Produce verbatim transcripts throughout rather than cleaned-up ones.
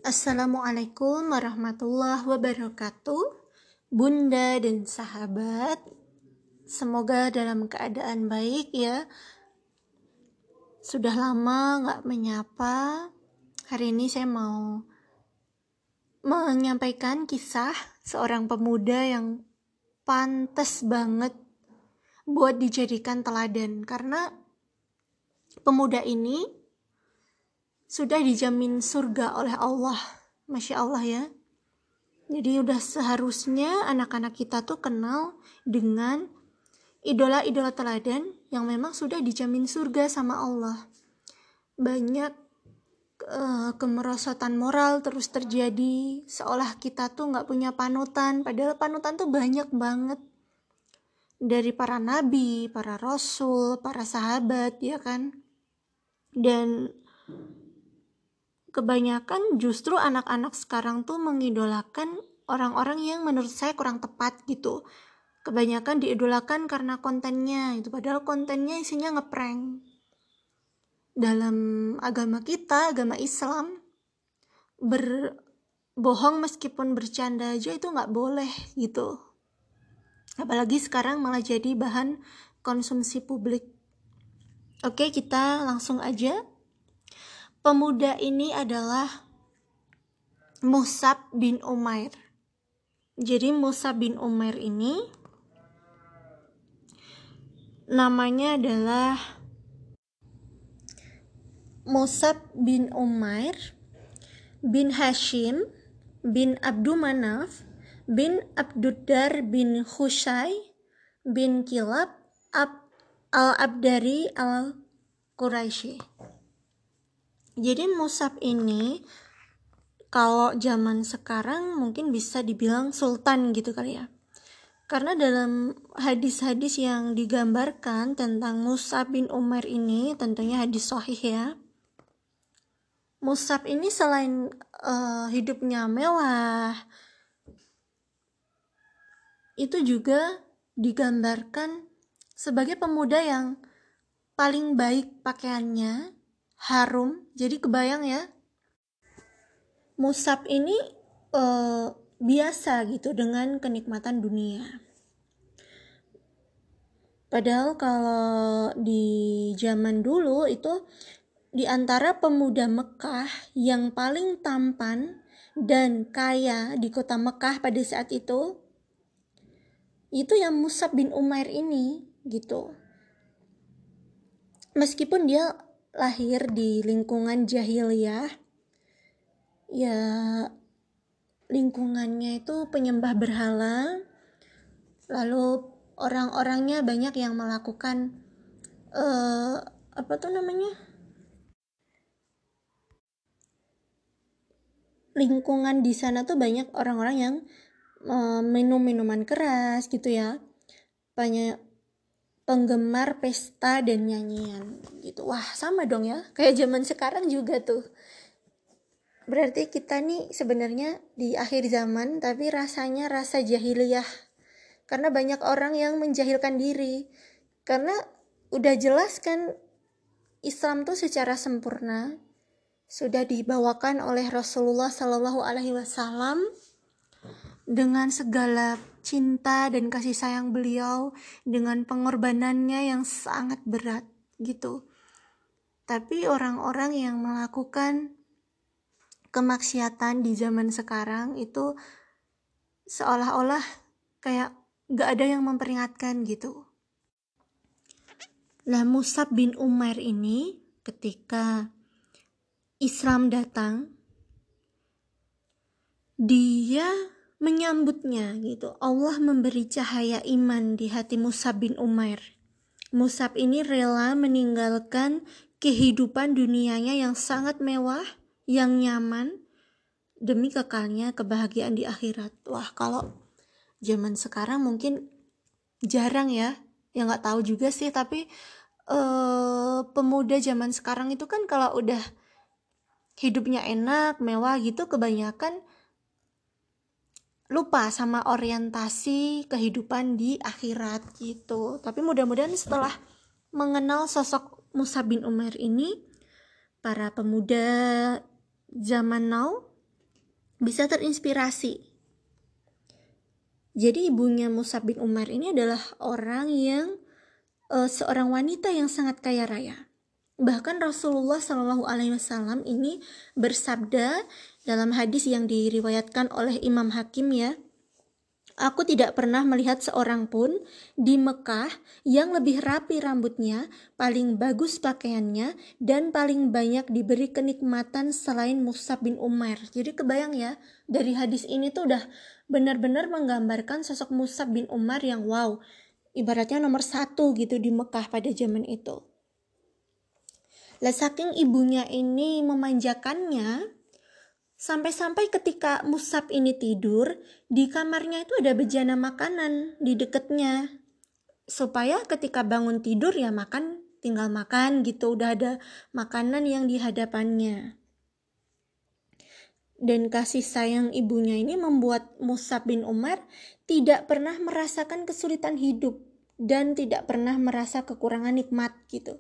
Assalamualaikum warahmatullahi wabarakatuh. Bunda dan sahabat, semoga dalam keadaan baik ya. Sudah lama gak menyapa. Hari ini saya mau menyampaikan kisah seorang pemuda yang pantas banget buat dijadikan teladan, karena pemuda ini sudah dijamin surga oleh Allah. Masya Allah ya. Jadi udah seharusnya anak-anak kita tuh kenal dengan idola-idola teladan yang memang sudah dijamin surga sama Allah. Banyak uh, kemerosotan moral terus terjadi, seolah kita tuh gak punya panutan, padahal panutan tuh banyak banget. Dari para nabi, para rasul, para sahabat, ya kan. Dan kebanyakan justru anak-anak sekarang tuh mengidolakan orang-orang yang menurut saya kurang tepat gitu. Kebanyakan diidolakan karena kontennya itu, padahal kontennya isinya ngeprank. Dalam agama kita, agama Islam, berbohong meskipun bercanda aja itu gak boleh gitu. Apalagi sekarang malah jadi bahan konsumsi publik. Oke, kita langsung aja. Pemuda ini adalah Mus'ab bin Umair. Jadi Mus'ab bin Umair ini namanya adalah Mus'ab bin Umair bin Hashim bin Abdul Manaf bin Abduddar bin Khusay bin Kilab Ab- al-Abdari al-Quraisy. Jadi Mus'ab ini kalau zaman sekarang mungkin bisa dibilang sultan gitu kali ya. Karena dalam hadis-hadis yang digambarkan tentang Mus'ab bin Umair ini, tentunya hadis sahih ya. Mus'ab ini selain uh, hidupnya mewah, itu juga digambarkan sebagai pemuda yang paling baik pakaiannya, harum. Jadi kebayang ya, Mus'ab ini uh, biasa gitu dengan kenikmatan dunia. Padahal kalau di zaman dulu itu di antara pemuda Mekah yang paling tampan dan kaya di kota Mekah pada saat itu, itu yang Mus'ab bin Umair ini gitu. Meskipun dia lahir di lingkungan jahiliyah, ya lingkungannya itu penyembah berhala, lalu orang-orangnya banyak yang melakukan uh, apa tuh namanya lingkungan di sana tuh banyak orang-orang yang uh, minum minuman keras gitu ya, banyak penggemar pesta dan nyanyian gitu. Wah, sama dong ya, kayak zaman sekarang juga tuh. Berarti kita nih sebenarnya di akhir zaman, tapi rasanya rasa jahiliyah. Karena banyak orang yang menjahilkan diri. Karena udah jelas kan Islam tuh secara sempurna sudah dibawakan oleh Rasulullah Shallallahu Alaihi Wasallam dengan segala cinta dan kasih sayang beliau, dengan pengorbanannya yang sangat berat gitu. Tapi orang-orang yang melakukan kemaksiatan di zaman sekarang itu seolah-olah kayak gak ada yang memperingatkan gitu. Lah Mus'ab bin Umair ini ketika Islam datang, dia menyambutnya gitu. Allah memberi cahaya iman di hati Mus'ab bin Umair. Mus'ab ini rela meninggalkan kehidupan dunianya yang sangat mewah, yang nyaman, demi kekalnya kebahagiaan di akhirat. Wah, kalau zaman sekarang mungkin jarang ya, ya nggak tahu juga sih. Tapi uh, pemuda zaman sekarang itu kan kalau udah hidupnya enak, mewah gitu, kebanyakan lupa sama orientasi kehidupan di akhirat gitu. Tapi mudah-mudahan setelah mengenal sosok Mus'ab bin Umair ini, para pemuda zaman now bisa terinspirasi. Jadi ibunya Mus'ab bin Umair ini adalah orang yang uh, seorang wanita yang sangat kaya raya. Bahkan Rasulullah shallallahu alaihi wasallam ini bersabda dalam hadis yang diriwayatkan oleh Imam Hakim ya, aku tidak pernah melihat seorang pun di Mekah yang lebih rapi rambutnya, paling bagus pakaiannya, dan paling banyak diberi kenikmatan selain Mus'ab bin Umair. Jadi kebayang ya, dari hadis ini tuh udah benar-benar menggambarkan sosok Mus'ab bin Umair yang wow, ibaratnya nomor satu gitu di Mekah pada zaman itu. Lah saking ibunya ini memanjakannya, sampai-sampai ketika Mus'ab ini tidur, di kamarnya itu ada bejana makanan di dekatnya. Supaya ketika bangun tidur ya makan, tinggal makan gitu, udah ada makanan yang di hadapannya. Dan kasih sayang ibunya ini membuat Mus'ab bin Umair tidak pernah merasakan kesulitan hidup dan tidak pernah merasa kekurangan nikmat gitu.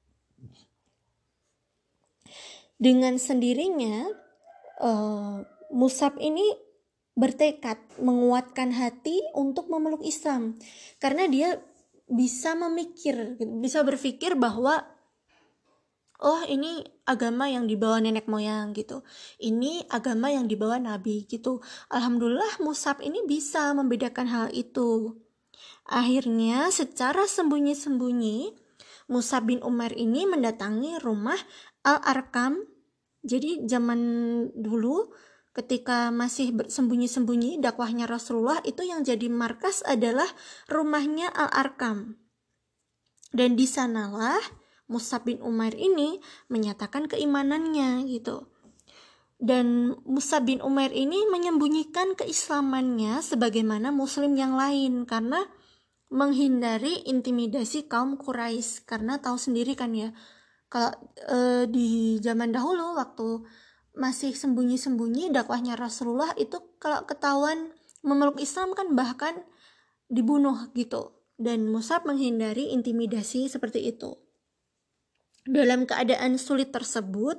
Dengan sendirinya uh, Mus'ab ini bertekad menguatkan hati untuk memeluk Islam karena dia bisa memikir, bisa berpikir bahwa oh ini agama yang dibawa nenek moyang gitu, ini agama yang dibawa Nabi gitu. Alhamdulillah Mus'ab ini bisa membedakan hal itu. Akhirnya secara sembunyi-sembunyi Mus'ab bin Umair ini mendatangi rumah Al-Arqam. Jadi zaman dulu ketika masih sembunyi-sembunyi dakwahnya Rasulullah, itu yang jadi markas adalah rumahnya Al-Arqam. Dan di sanalah Mus'ab bin Umair ini menyatakan keimanannya gitu. Dan Mus'ab bin Umair ini menyembunyikan keislamannya sebagaimana muslim yang lain karena menghindari intimidasi kaum Quraisy, karena tahu sendiri kan ya, kalau e, di zaman dahulu waktu masih sembunyi-sembunyi dakwahnya Rasulullah itu kalau ketahuan memeluk Islam kan bahkan dibunuh gitu. Dan Mus'ab menghindari intimidasi seperti itu. Dalam keadaan sulit tersebut,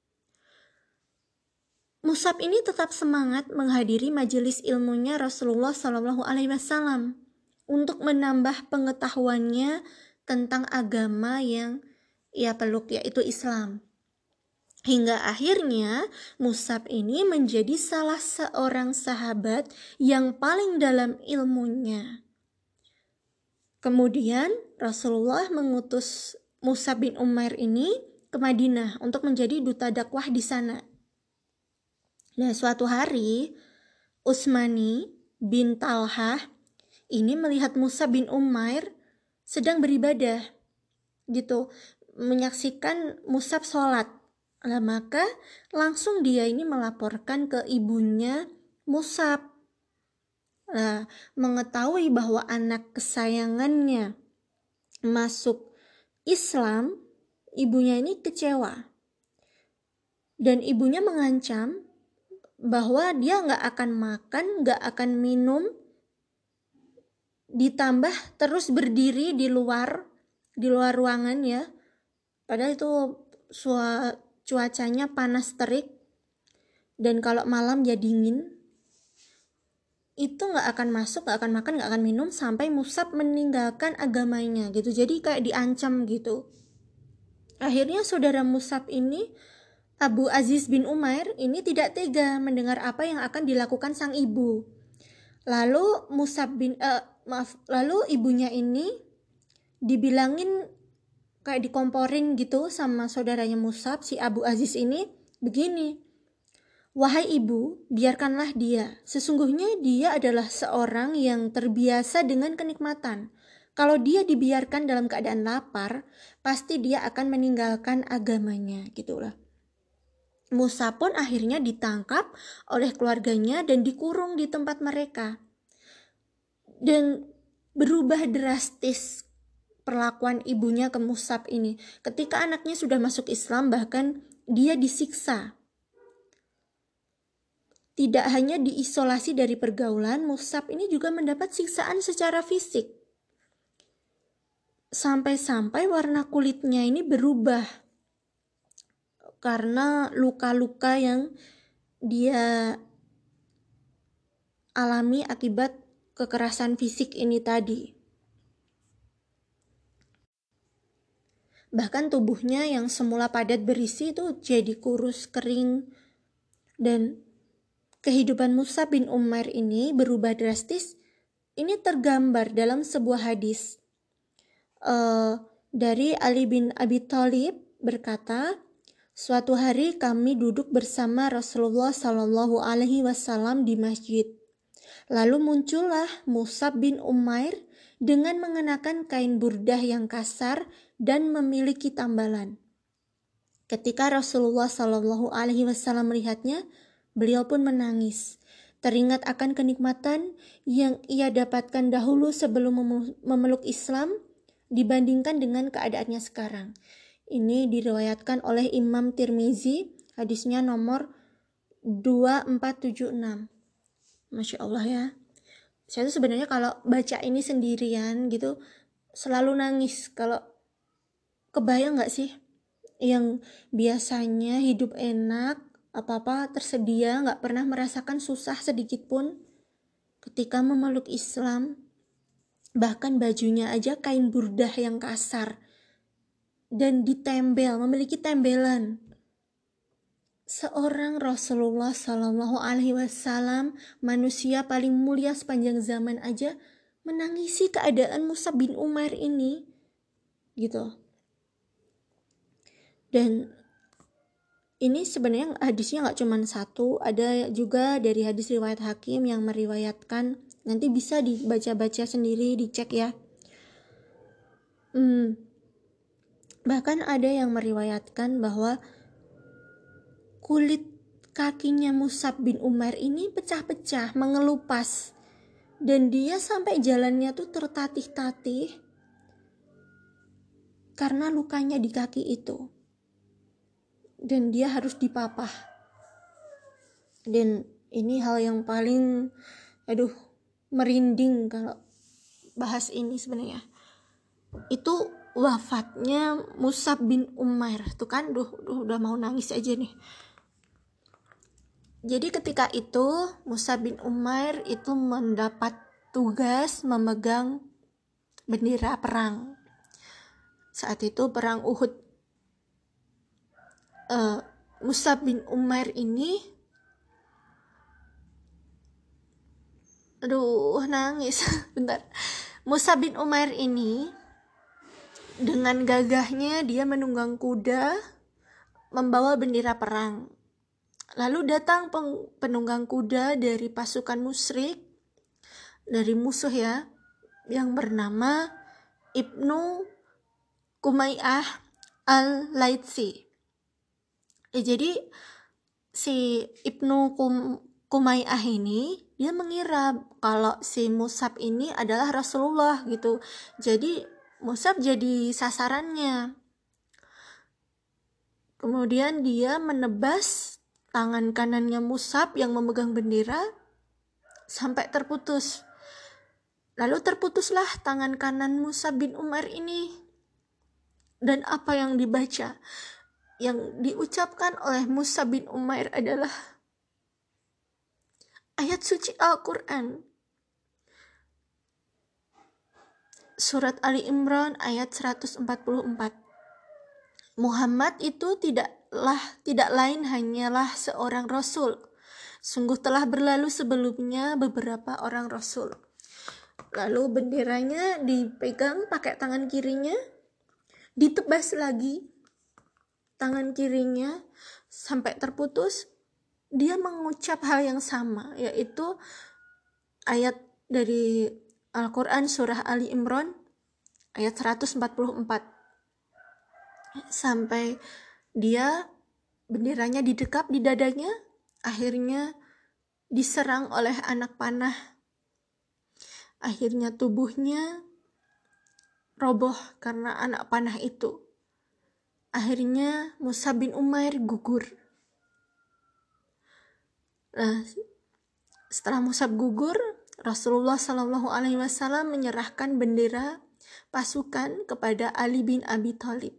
Mus'ab ini tetap semangat menghadiri majelis ilmunya Rasulullah shallallahu alaihi wasallam untuk menambah pengetahuannya tentang agama yang ia peluk, yaitu Islam. Hingga akhirnya Mus'ab ini menjadi salah seorang sahabat yang paling dalam ilmunya. Kemudian Rasulullah mengutus Mus'ab bin Umair ini ke Madinah untuk menjadi duta dakwah di sana. Nah, suatu hari Utsmani bin Talhah ini melihat Mus'ab bin Umair sedang beribadah gitu, menyaksikan Mus'ab sholat. Nah, maka langsung dia ini melaporkan ke ibunya Mus'ab. Nah, mengetahui bahwa anak kesayangannya masuk Islam, ibunya ini kecewa. Dan ibunya mengancam bahwa dia gak akan makan, gak akan minum, ditambah terus berdiri di luar, di luar ruangan ya. Padahal itu sua, cuacanya panas terik, dan kalau malam ya dingin. Itu gak akan masuk, gak akan makan, gak akan minum sampai Mus'ab meninggalkan agamanya gitu. Jadi kayak diancam gitu. Akhirnya saudara Mus'ab ini, Abu Aziz bin Umair ini tidak tega mendengar apa yang akan dilakukan sang ibu. Lalu Mus'ab bin uh, maaf, lalu ibunya ini dibilangin kayak dikomporin gitu sama saudaranya Mus'ab, si Abu Aziz ini begini, wahai ibu, biarkanlah dia. Sesungguhnya dia adalah seorang yang terbiasa dengan kenikmatan. Kalau dia dibiarkan dalam keadaan lapar, pasti dia akan meninggalkan agamanya, gitulah. Mus'ab pun akhirnya ditangkap oleh keluarganya dan dikurung di tempat mereka. Dan berubah drastis perlakuan ibunya ke Mus'ab ini. Ketika anaknya sudah masuk Islam, bahkan dia disiksa. Tidak hanya diisolasi dari pergaulan, Mus'ab ini juga mendapat siksaan secara fisik. Sampai-sampai warna kulitnya ini berubah karena luka-luka yang dia alami akibat kekerasan fisik ini tadi. Bahkan tubuhnya yang semula padat berisi itu jadi kurus, kering. Dan kehidupan Mus'ab bin Umair ini berubah drastis. Ini tergambar dalam sebuah hadis uh, dari Ali bin Abi Thalib berkata, suatu hari kami duduk bersama Rasulullah Shallallahu Alaihi Wasallam di masjid. Lalu muncullah Mus'ab bin Umair dengan mengenakan kain burdah yang kasar dan memiliki tambalan. Ketika Rasulullah Shallallahu Alaihi Wasallam melihatnya, beliau pun menangis. Teringat akan kenikmatan yang ia dapatkan dahulu sebelum memeluk Islam dibandingkan dengan keadaannya sekarang. Ini diriwayatkan oleh Imam Tirmizi, hadisnya nomor dua empat tujuh enam. Masya Allah ya. Saya tuh sebenarnya kalau baca ini sendirian gitu selalu nangis. Kalau kebayang gak sih yang biasanya hidup enak, apa-apa tersedia, gak pernah merasakan susah sedikit pun, ketika memeluk Islam, bahkan bajunya aja kain burdah yang kasar dan ditembel, memiliki tembelan. Seorang Rasulullah Shallallahu Alaihi Wasallam, manusia paling mulia sepanjang zaman aja, menangisi keadaan Mus'ab bin Umair ini, gitu. Dan ini sebenarnya hadisnya nggak cuma satu, ada juga dari hadis riwayat Hakim yang meriwayatkan. Nanti bisa dibaca-baca sendiri, dicek ya. Hmm. Bahkan ada yang meriwayatkan bahwa kulit kakinya Mus'ab bin Umair ini pecah-pecah, mengelupas. Dan dia sampai jalannya tuh tertatih-tatih karena lukanya di kaki itu. Dan dia harus dipapah. Dan ini hal yang paling aduh merinding kalau bahas ini sebenarnya. Itu wafatnya Mus'ab bin Umair. Tuh kan duh, duh udah mau nangis aja nih. Jadi ketika itu Mus'ab bin Umair itu mendapat tugas memegang bendera perang. Saat itu perang Uhud. Uh, Mus'ab bin Umair ini aduh nangis bentar Mus'ab bin Umair ini dengan gagahnya dia menunggang kuda membawa bendera perang. Lalu datang penunggang kuda dari pasukan musyrik, dari musuh ya, yang bernama Ibnu Kumayyah al-Laitsi. Ya, jadi si Ibnu Kum, Kumayyah ini dia mengira kalau si Mus'ab ini adalah Rasulullah gitu. Jadi Mus'ab jadi sasarannya. Kemudian dia menebas tangan kanannya Mus'ab yang memegang bendera sampai terputus. Lalu terputuslah tangan kanan Mus'ab bin Umair ini. Dan apa yang dibaca? Yang diucapkan oleh Mus'ab bin Umair adalah ayat suci Al-Quran. Surat Ali Imran ayat seratus empat puluh empat. Muhammad itu tidaklah tidak lain hanyalah seorang rasul. Sungguh telah berlalu sebelumnya beberapa orang rasul. Lalu benderanya dipegang pakai tangan kirinya, ditebas lagi tangan kirinya sampai terputus. Dia mengucap hal yang sama, yaitu ayat dari Al-Quran surah Ali Imran ayat seratus empat puluh empat. Sampai dia benderanya didekap di dadanya, akhirnya diserang oleh anak panah. Akhirnya tubuhnya roboh karena anak panah itu. Akhirnya Mus'ab bin Umair gugur. Nah, setelah Mus'ab gugur, Rasulullah Shallallahu Alaihi Wasallam menyerahkan bendera pasukan kepada Ali bin Abi Thalib.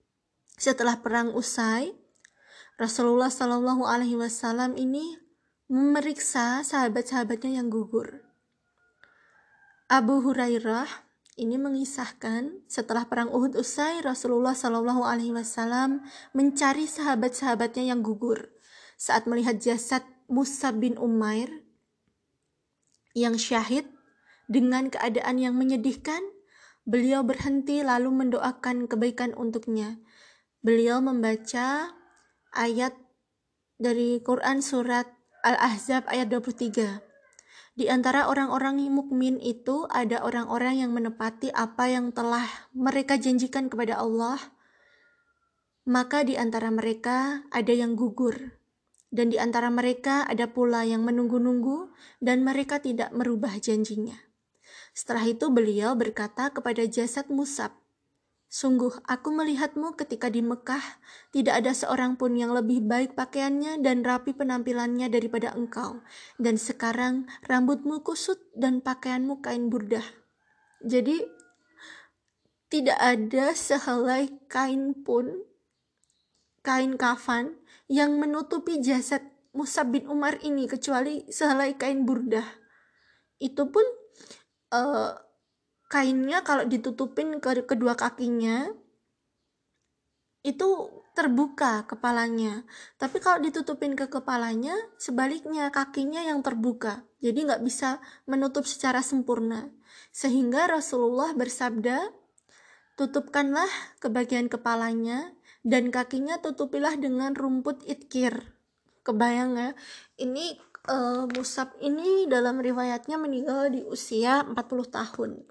Setelah perang usai, Rasulullah Shallallahu Alaihi Wasallam ini memeriksa sahabat-sahabatnya yang gugur. Abu Hurairah ini mengisahkan setelah perang Uhud usai, Rasulullah Shallallahu Alaihi Wasallam mencari sahabat-sahabatnya yang gugur. Saat melihat jasad Mus'ab bin Umair yang syahid dengan keadaan yang menyedihkan, beliau berhenti lalu mendoakan kebaikan untuknya. Beliau membaca ayat dari Quran surat Al-Ahzab ayat dua puluh tiga. Di antara orang-orang mukmin itu ada orang-orang yang menepati apa yang telah mereka janjikan kepada Allah. Maka di antara mereka ada yang gugur. Dan di antara mereka ada pula yang menunggu-nunggu dan mereka tidak merubah janjinya. Setelah itu beliau berkata kepada jasad Mus'ab, "Sungguh aku melihatmu ketika di Mekah, tidak ada seorang pun yang lebih baik pakaiannya dan rapi penampilannya daripada engkau. Dan sekarang rambutmu kusut dan pakaianmu kain burdah." Jadi tidak ada sehelai kain pun, kain kafan yang menutupi jasad Mus'ab bin Umar ini kecuali sehelai kain burdah. Itu pun uh, kainnya kalau ditutupin ke kedua kakinya itu terbuka kepalanya, tapi kalau ditutupin ke kepalanya sebaliknya kakinya yang terbuka, jadi nggak bisa menutup secara sempurna. Sehingga Rasulullah bersabda, "Tutupkanlah ke bagian kepalanya dan kakinya tutupilah dengan rumput itkir." Kebayang ya, ini uh, Mus'ab ini dalam riwayatnya meninggal di usia empat puluh tahun.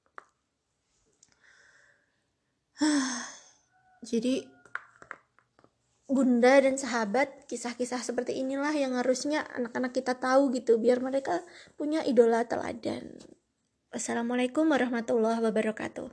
Jadi bunda dan sahabat, kisah-kisah seperti inilah yang harusnya anak-anak kita tahu gitu, biar mereka punya idola teladan. Wassalamualaikum warahmatullahi wabarakatuh.